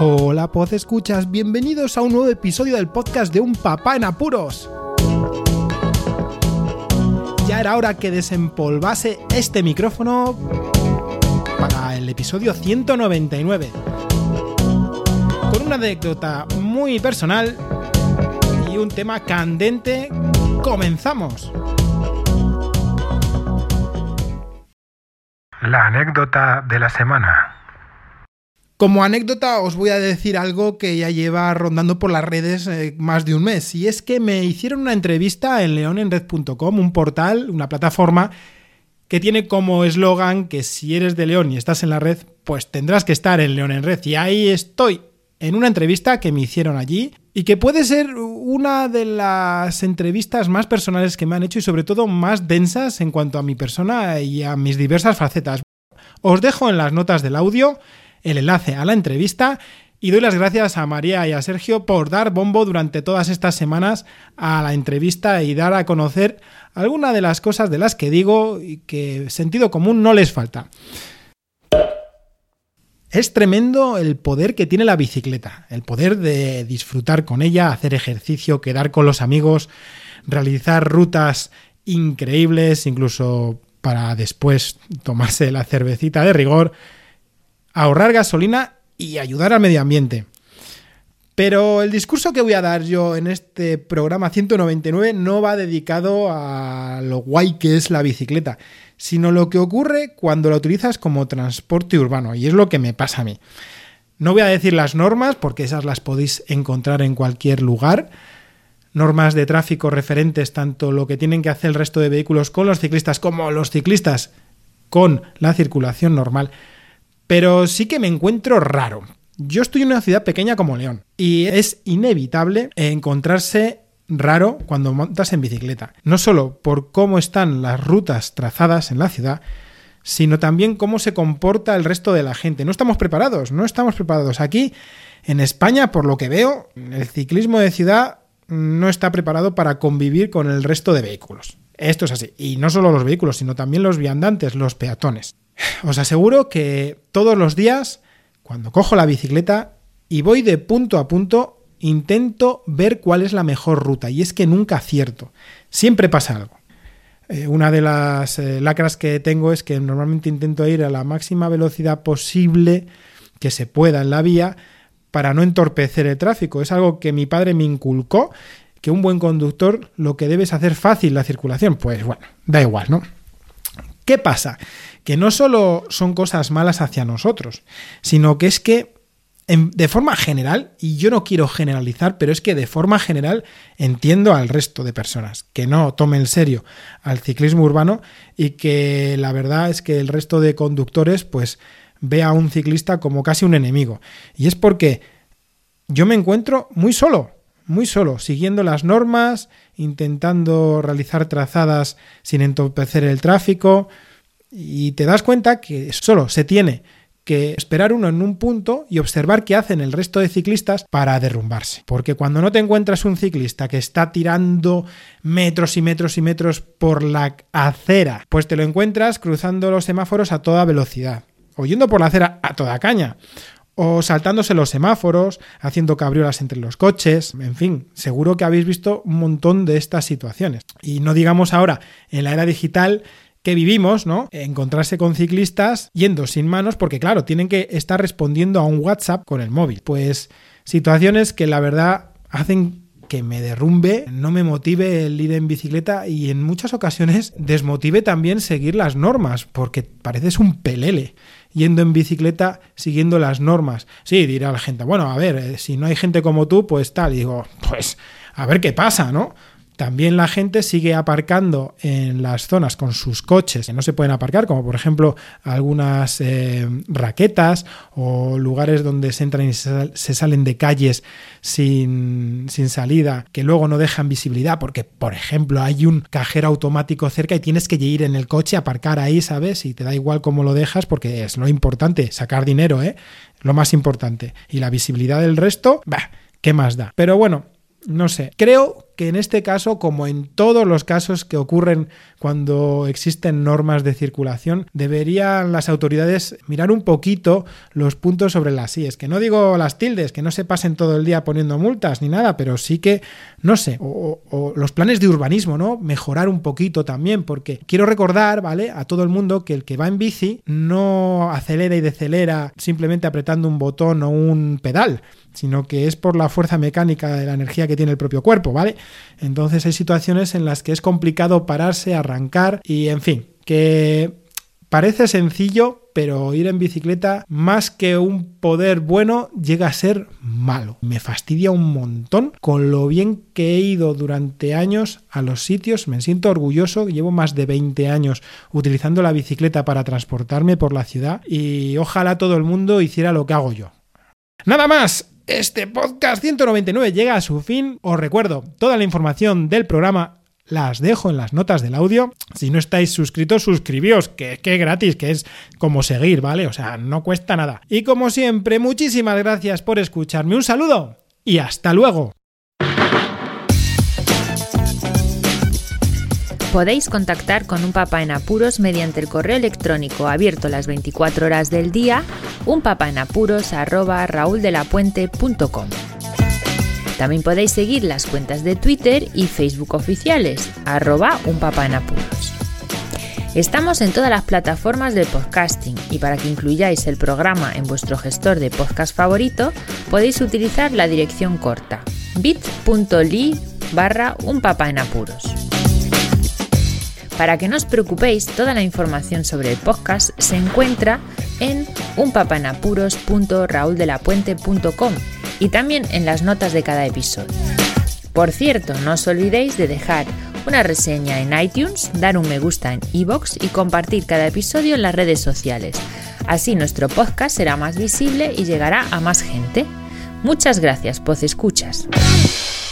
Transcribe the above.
Hola, podescuchas, bienvenidos a un nuevo episodio del podcast de Un Papá en Apuros. Ya era hora que desempolvase este micrófono para el episodio 199, con una anécdota muy personal y un tema candente. ¡Comenzamos! La anécdota de la semana. Como anécdota os voy a decir algo que ya lleva rondando por las redes más de un mes, y es que me hicieron una entrevista en leonenred.com, un portal, una plataforma que tiene como eslogan que si eres de León y estás en la red, pues tendrás que estar en León en Red. Y ahí estoy, en una entrevista que me hicieron allí y que puede ser una de las entrevistas más personales que me han hecho y sobre todo más densas en cuanto a mi persona y a mis diversas facetas. Os dejo en las notas del audio el enlace a la entrevista y doy las gracias a María y a Sergio por dar bombo durante todas estas semanas a la entrevista y dar a conocer alguna de las cosas de las que digo y que sentido común no les falta. Es tremendo el poder que tiene la bicicleta, el poder de disfrutar con ella, hacer ejercicio, quedar con los amigos, realizar rutas increíbles, incluso para después tomarse la cervecita de rigor, ahorrar gasolina y ayudar al medio ambiente. Pero el discurso que voy a dar yo en este programa 199 no va dedicado a lo guay que es la bicicleta, sino lo que ocurre cuando la utilizas como transporte urbano, y es lo que me pasa a mí. No voy a decir las normas, porque esas las podéis encontrar en cualquier lugar, normas de tráfico referentes tanto lo que tienen que hacer el resto de vehículos con los ciclistas como los ciclistas con la circulación normal. Pero sí que me encuentro raro. Yo estoy en una ciudad pequeña como León y es inevitable encontrarse raro cuando montas en bicicleta. No solo por cómo están las rutas trazadas en la ciudad, sino también cómo se comporta el resto de la gente. No estamos preparados. Aquí, en España, por lo que veo, el ciclismo de ciudad no está preparado para convivir con el resto de vehículos. Esto es así. Y no solo los vehículos, sino también los viandantes, los peatones. Os aseguro que todos los días, cuando cojo la bicicleta y voy de punto a punto, intento ver cuál es la mejor ruta. Y es que nunca acierto. Siempre pasa algo. Una de las lacras que tengo es que normalmente intento ir a la máxima velocidad posible que se pueda en la vía para no entorpecer el tráfico. Es algo que mi padre me inculcó, que un buen conductor lo que debe es hacer fácil la circulación. Pues bueno, da igual, ¿no? ¿Qué pasa? Que no solo son cosas malas hacia nosotros, sino que es que de forma general, y yo no quiero generalizar, pero es que de forma general entiendo al resto de personas que no tomen en serio al ciclismo urbano y que la verdad es que el resto de conductores pues ve a un ciclista como casi un enemigo. Y es porque yo me encuentro muy solo, siguiendo las normas, intentando realizar trazadas sin entorpecer el tráfico, y te das cuenta que solo se tiene que esperar uno en un punto y observar qué hacen el resto de ciclistas para derrumbarse. Porque cuando no te encuentras un ciclista que está tirando metros y metros y metros por la acera, pues te lo encuentras cruzando los semáforos a toda velocidad, o yendo por la acera a toda caña, o saltándose los semáforos, haciendo cabriolas entre los coches. En fin, seguro que habéis visto un montón de estas situaciones. Y no digamos ahora, en la era digital que vivimos, ¿no? Encontrarse con ciclistas yendo sin manos porque, claro, tienen que estar respondiendo a un WhatsApp con el móvil. Pues situaciones que la verdad hacen que me derrumbe, no me motive el ir en bicicleta y en muchas ocasiones desmotive también seguir las normas, porque pareces un pelele yendo en bicicleta siguiendo las normas. Sí, dirá la gente, bueno, a ver, si no hay gente como tú, pues tal. Y digo, pues a ver qué pasa, ¿no? También la gente sigue aparcando en las zonas con sus coches que no se pueden aparcar, como por ejemplo algunas raquetas o lugares donde se entran y se salen de calles sin salida, que luego no dejan visibilidad porque, por ejemplo, hay un cajero automático cerca y tienes que ir en el coche a aparcar ahí, ¿sabes? Y te da igual cómo lo dejas porque es lo importante, sacar dinero, lo más importante. Y la visibilidad del resto, ¿qué más da? Pero bueno, no sé, creo que en este caso, como en todos los casos que ocurren cuando existen normas de circulación, deberían las autoridades mirar un poquito los puntos sobre las íes. Que no digo las tildes, que no se pasen todo el día poniendo multas ni nada, pero sí que, no sé, o los planes de urbanismo, ¿no? Mejorar un poquito también, porque quiero recordar, ¿vale?, a todo el mundo que el que va en bici no acelera y decelera simplemente apretando un botón o un pedal, sino que es por la fuerza mecánica de la energía que tiene el propio cuerpo, ¿vale? Entonces hay situaciones en las que es complicado pararse, arrancar y, en fin, que parece sencillo, pero ir en bicicleta, más que un poder bueno, llega a ser malo. Me fastidia un montón con lo bien que he ido durante años a los sitios. Me siento orgulloso, llevo más de 20 años utilizando la bicicleta para transportarme por la ciudad y ojalá todo el mundo hiciera lo que hago yo. Nada más. Este podcast 199 llega a su fin. Os recuerdo, toda la información del programa las dejo en las notas del audio. Si no estáis suscritos, suscribíos, que es gratis, que es como seguir, ¿vale? O sea, no cuesta nada. Y como siempre, muchísimas gracias por escucharme. Un saludo y hasta luego. Podéis contactar con Un Papá en Apuros mediante el correo electrónico abierto las 24 horas del día, unpapaenapuros@rauldelapuente.com. También podéis seguir las cuentas de Twitter y Facebook oficiales, @unpapaenapuros. Estamos en todas las plataformas de podcasting y para que incluyáis el programa en vuestro gestor de podcast favorito, podéis utilizar la dirección corta bit.ly/unpapaenapuros. Para que no os preocupéis, toda la información sobre el podcast se encuentra en unpapaenapuros.rauldelapuente.com y también en las notas de cada episodio. Por cierto, no os olvidéis de dejar una reseña en iTunes, dar un me gusta en iVoox y compartir cada episodio en las redes sociales. Así nuestro podcast será más visible y llegará a más gente. Muchas gracias, podcescuchas.